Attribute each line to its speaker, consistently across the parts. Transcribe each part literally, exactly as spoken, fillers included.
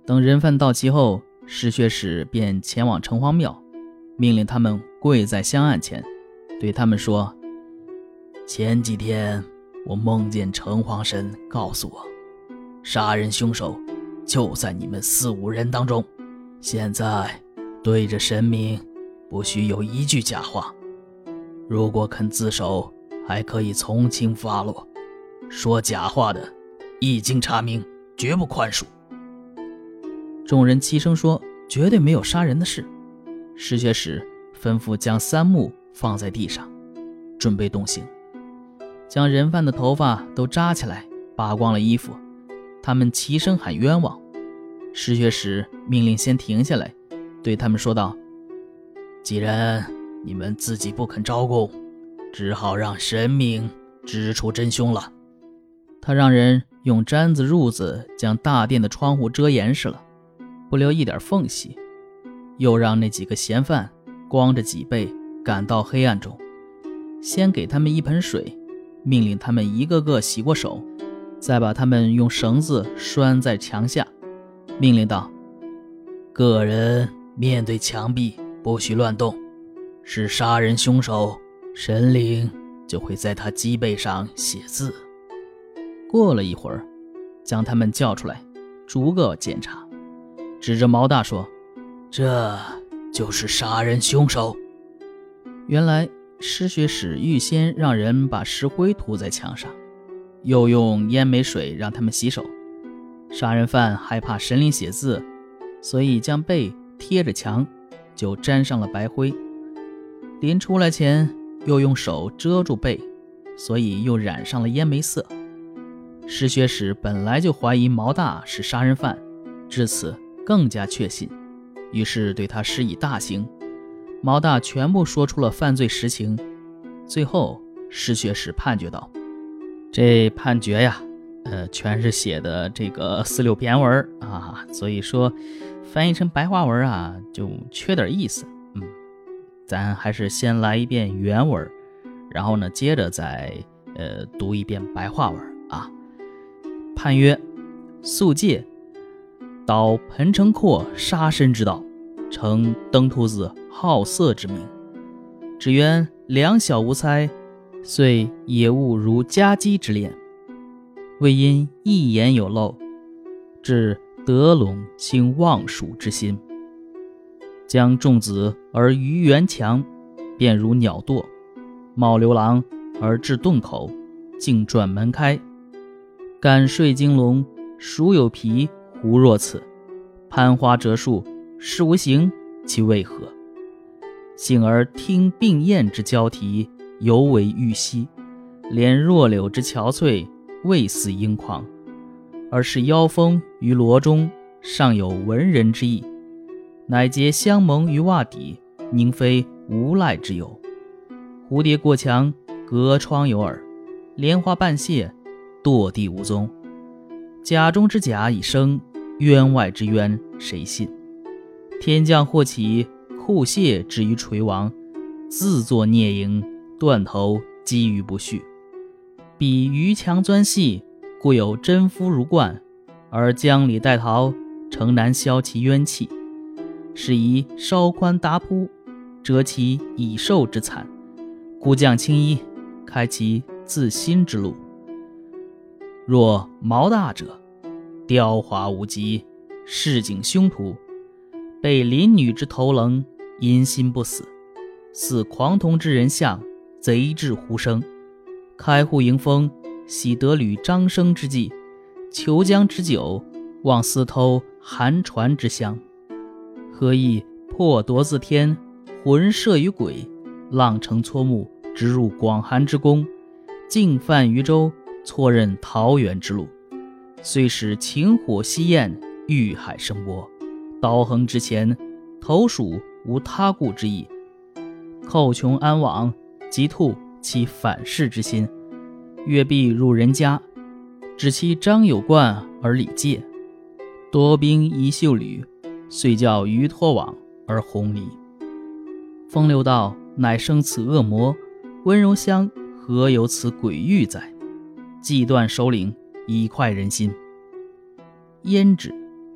Speaker 1: 等人犯到齐后，石学使便前往城隍庙，命令他们跪在香案前，对他们说：前几天我梦见城隍神告诉我，杀人凶手就在你们四五人当中，现在对着神明不许有一句假话，如果肯自首，还可以从轻发落，说假话的一经查明，绝不宽恕。众人齐声说绝对没有杀人的事。石学使吩咐将三木放在地上，准备动刑，将人犯的头发都扎起来，扒光了衣服，他们齐声喊冤枉。石学使命令先停下来，对他们说道：既然你们自己不肯招供，只好让神明指出真凶了。他让人用毡子褥子将大殿的窗户遮严实了，不留一点缝隙，又让那几个嫌犯光着脊背赶到黑暗中，先给他们一盆水，命令他们一个个洗过手，再把他们用绳子拴在墙下，命令道：个人面对墙壁不许乱动，是杀人凶手，神灵就会在他脊背上写字。过了一会儿，将他们叫出来，逐个检查，指着毛大说：这就是杀人凶手。原来石学使预先让人把石灰涂在墙上，又用烟煤水让他们洗手。杀人犯害怕神灵写字，所以将背贴着墙，就沾上了白灰。临出来前又用手遮住背，所以又染上了烟煤色。石学使本来就怀疑毛大是杀人犯，至此更加确信，于是对他施以大刑。毛大全部说出了犯罪实情。最后石学使判决道：这判决呀，呃，全是写的这个四六骈文啊，所以说翻译成白话文啊，就缺点意思。嗯，咱还是先来一遍原文，然后呢，接着再呃读一遍白话文啊。判曰：素戒，蹈彭城阔杀身之道，成登徒子好色之名。只缘两小无猜，遂也误如家鸡之恋，为因一言有漏，致得陇兴妄属之心。将众子而鱼圆强，便如鸟堕；冒流狼而至洞口，径转门开。敢睡金龙，孰有皮？胡若此？攀花折树，事无形，其为何？幸而听病燕之交啼，犹为玉溪；连弱柳之憔悴，未似鹰狂。而是妖风于罗中，尚有文人之意，乃结相盟于袜底，宁非无赖之有。蝴蝶过墙，隔窗有耳；莲花半谢，堕地无踪。假中之假已生，冤外之冤谁信？天降祸起，库谢至于垂亡，自作孽营，断头积于不恤。彼于墙钻隙，故有真夫如冠，而江里带逃，诚难消其冤气。是宜稍宽达扑，折其已受之惨，故降轻衣，开其自新之路。若毛大者，雕华无极，市井凶徒，被邻女之头棱，阴心不死，似狂童之人相，贼至胡生。开户迎风，喜得履张生之计，求将之久，望私偷寒船之香。何以破夺自天，魂摄于鬼，浪乘撮木，直入广寒之宫，径泛于州，错任桃源之路。虽使晴火夕焰，欲海生波，刀横之前，投鼠无他故之意。寇穷安往，即兔其反噬之心。越壁入人家，指其张有冠而礼戒。多兵夷袖履，遂教鱼脱网而红离。风流道乃生此恶魔，温柔乡何有此鬼域哉？计断首领，以快人心。焉止，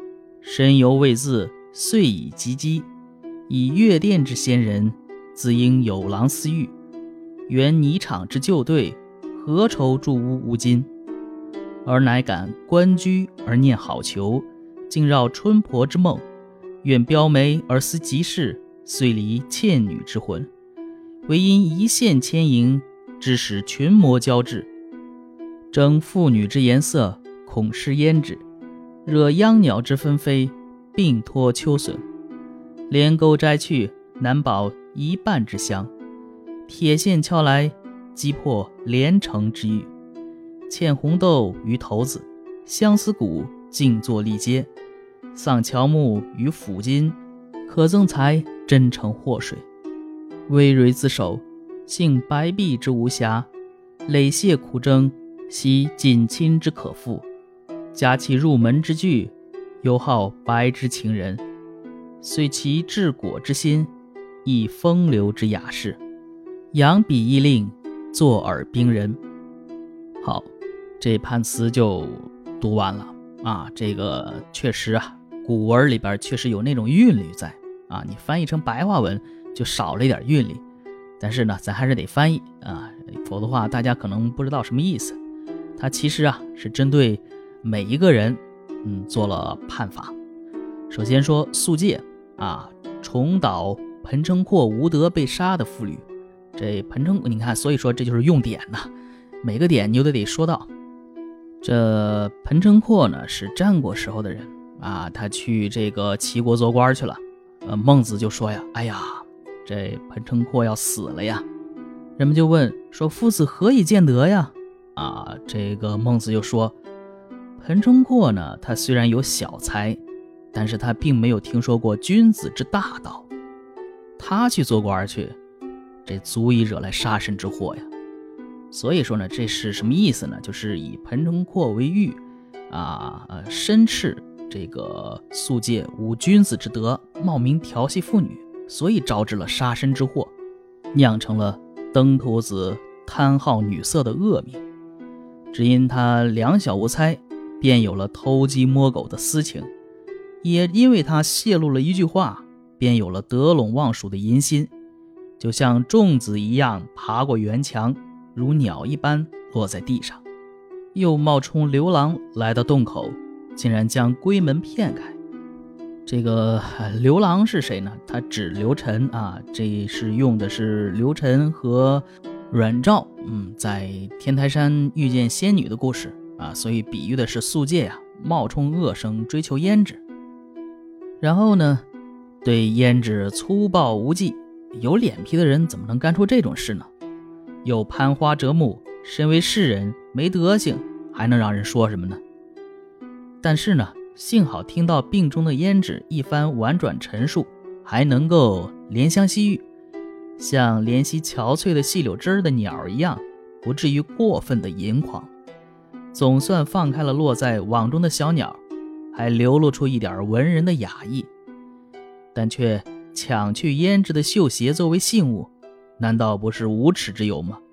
Speaker 1: 身犹未自，遂以及笄，以越殿之先人，自应有郎私欲，原霓场之旧对，何愁住屋无金？而乃感官居而念好逑，竟绕春婆之梦，愿标眉而思及事，遂离倩女之魂。唯因一线牵引，致使群魔交织，争妇女之颜色，恐失胭脂，惹秧鸟之纷飞，并脱秋笋。连钩摘去，难保一半之香。铁线敲来，击破连城之玉。嵌红豆于头子，相思骨尽作历阶。丧乔木于抚今，可赠才真诚祸水。微蕊自守，幸白璧之无瑕，累谢苦争，惜近亲之可负。加其入门之具，又好白之情人，遂其治果之心，亦风流之雅士。扬笔一令，作耳冰人。好，这判词就读完了啊。这个确实啊，古文里边确实有那种韵律在啊，你翻译成白话文就少了一点韵律。但是呢，咱还是得翻译啊，否则的话大家可能不知道什么意思。它其实啊是针对每一个人嗯做了判罚。首先说宿戒啊，重蹈彭城阔无德被杀的妇女。这彭城，你看，所以说这就是用典呐，每个点你都得说到。这彭城阔呢是战国时候的人啊，他去这个齐国做官去了。呃，孟子就说呀，哎呀，这彭城阔要死了呀。人们就问说，夫子何以见得呀？啊，这个孟子就说，彭城阔呢，他虽然有小才，但是他并没有听说过君子之大道。他去做官去，这足以惹来杀身之祸呀。所以说呢，这是什么意思呢？就是以彭城阔为喻啊，呃，申斥这个宿戒无君子之德，冒名调戏妇女，所以招致了杀身之祸，酿成了登徒子贪好女色的恶名。只因他两小无猜，便有了偷鸡摸狗的私情，也因为他泄露了一句话，便有了得陇望蜀的淫心，就像粽子一样爬过垣墙，如鸟一般落在地上。又冒充刘郎来到洞口，竟然将闺门骗开。这个刘郎是谁呢？他指刘晨啊，这是用的是刘晨和阮肇嗯，在天台山遇见仙女的故事啊，所以比喻的是宿戒啊，冒充恶生追求胭脂。然后呢，对胭脂粗暴无忌，有脸皮的人怎么能干出这种事呢？又攀花折木，身为世人没德行，还能让人说什么呢？但是呢，幸好听到病中的胭脂一番婉转陈述，还能够怜香惜玉，像怜惜憔悴的细柳枝的鸟一样，不至于过分的淫狂。总算放开了落在网中的小鸟，还流露出一点文人的雅意。但却抢去胭脂的绣鞋作为信物，难道不是无耻之尤吗？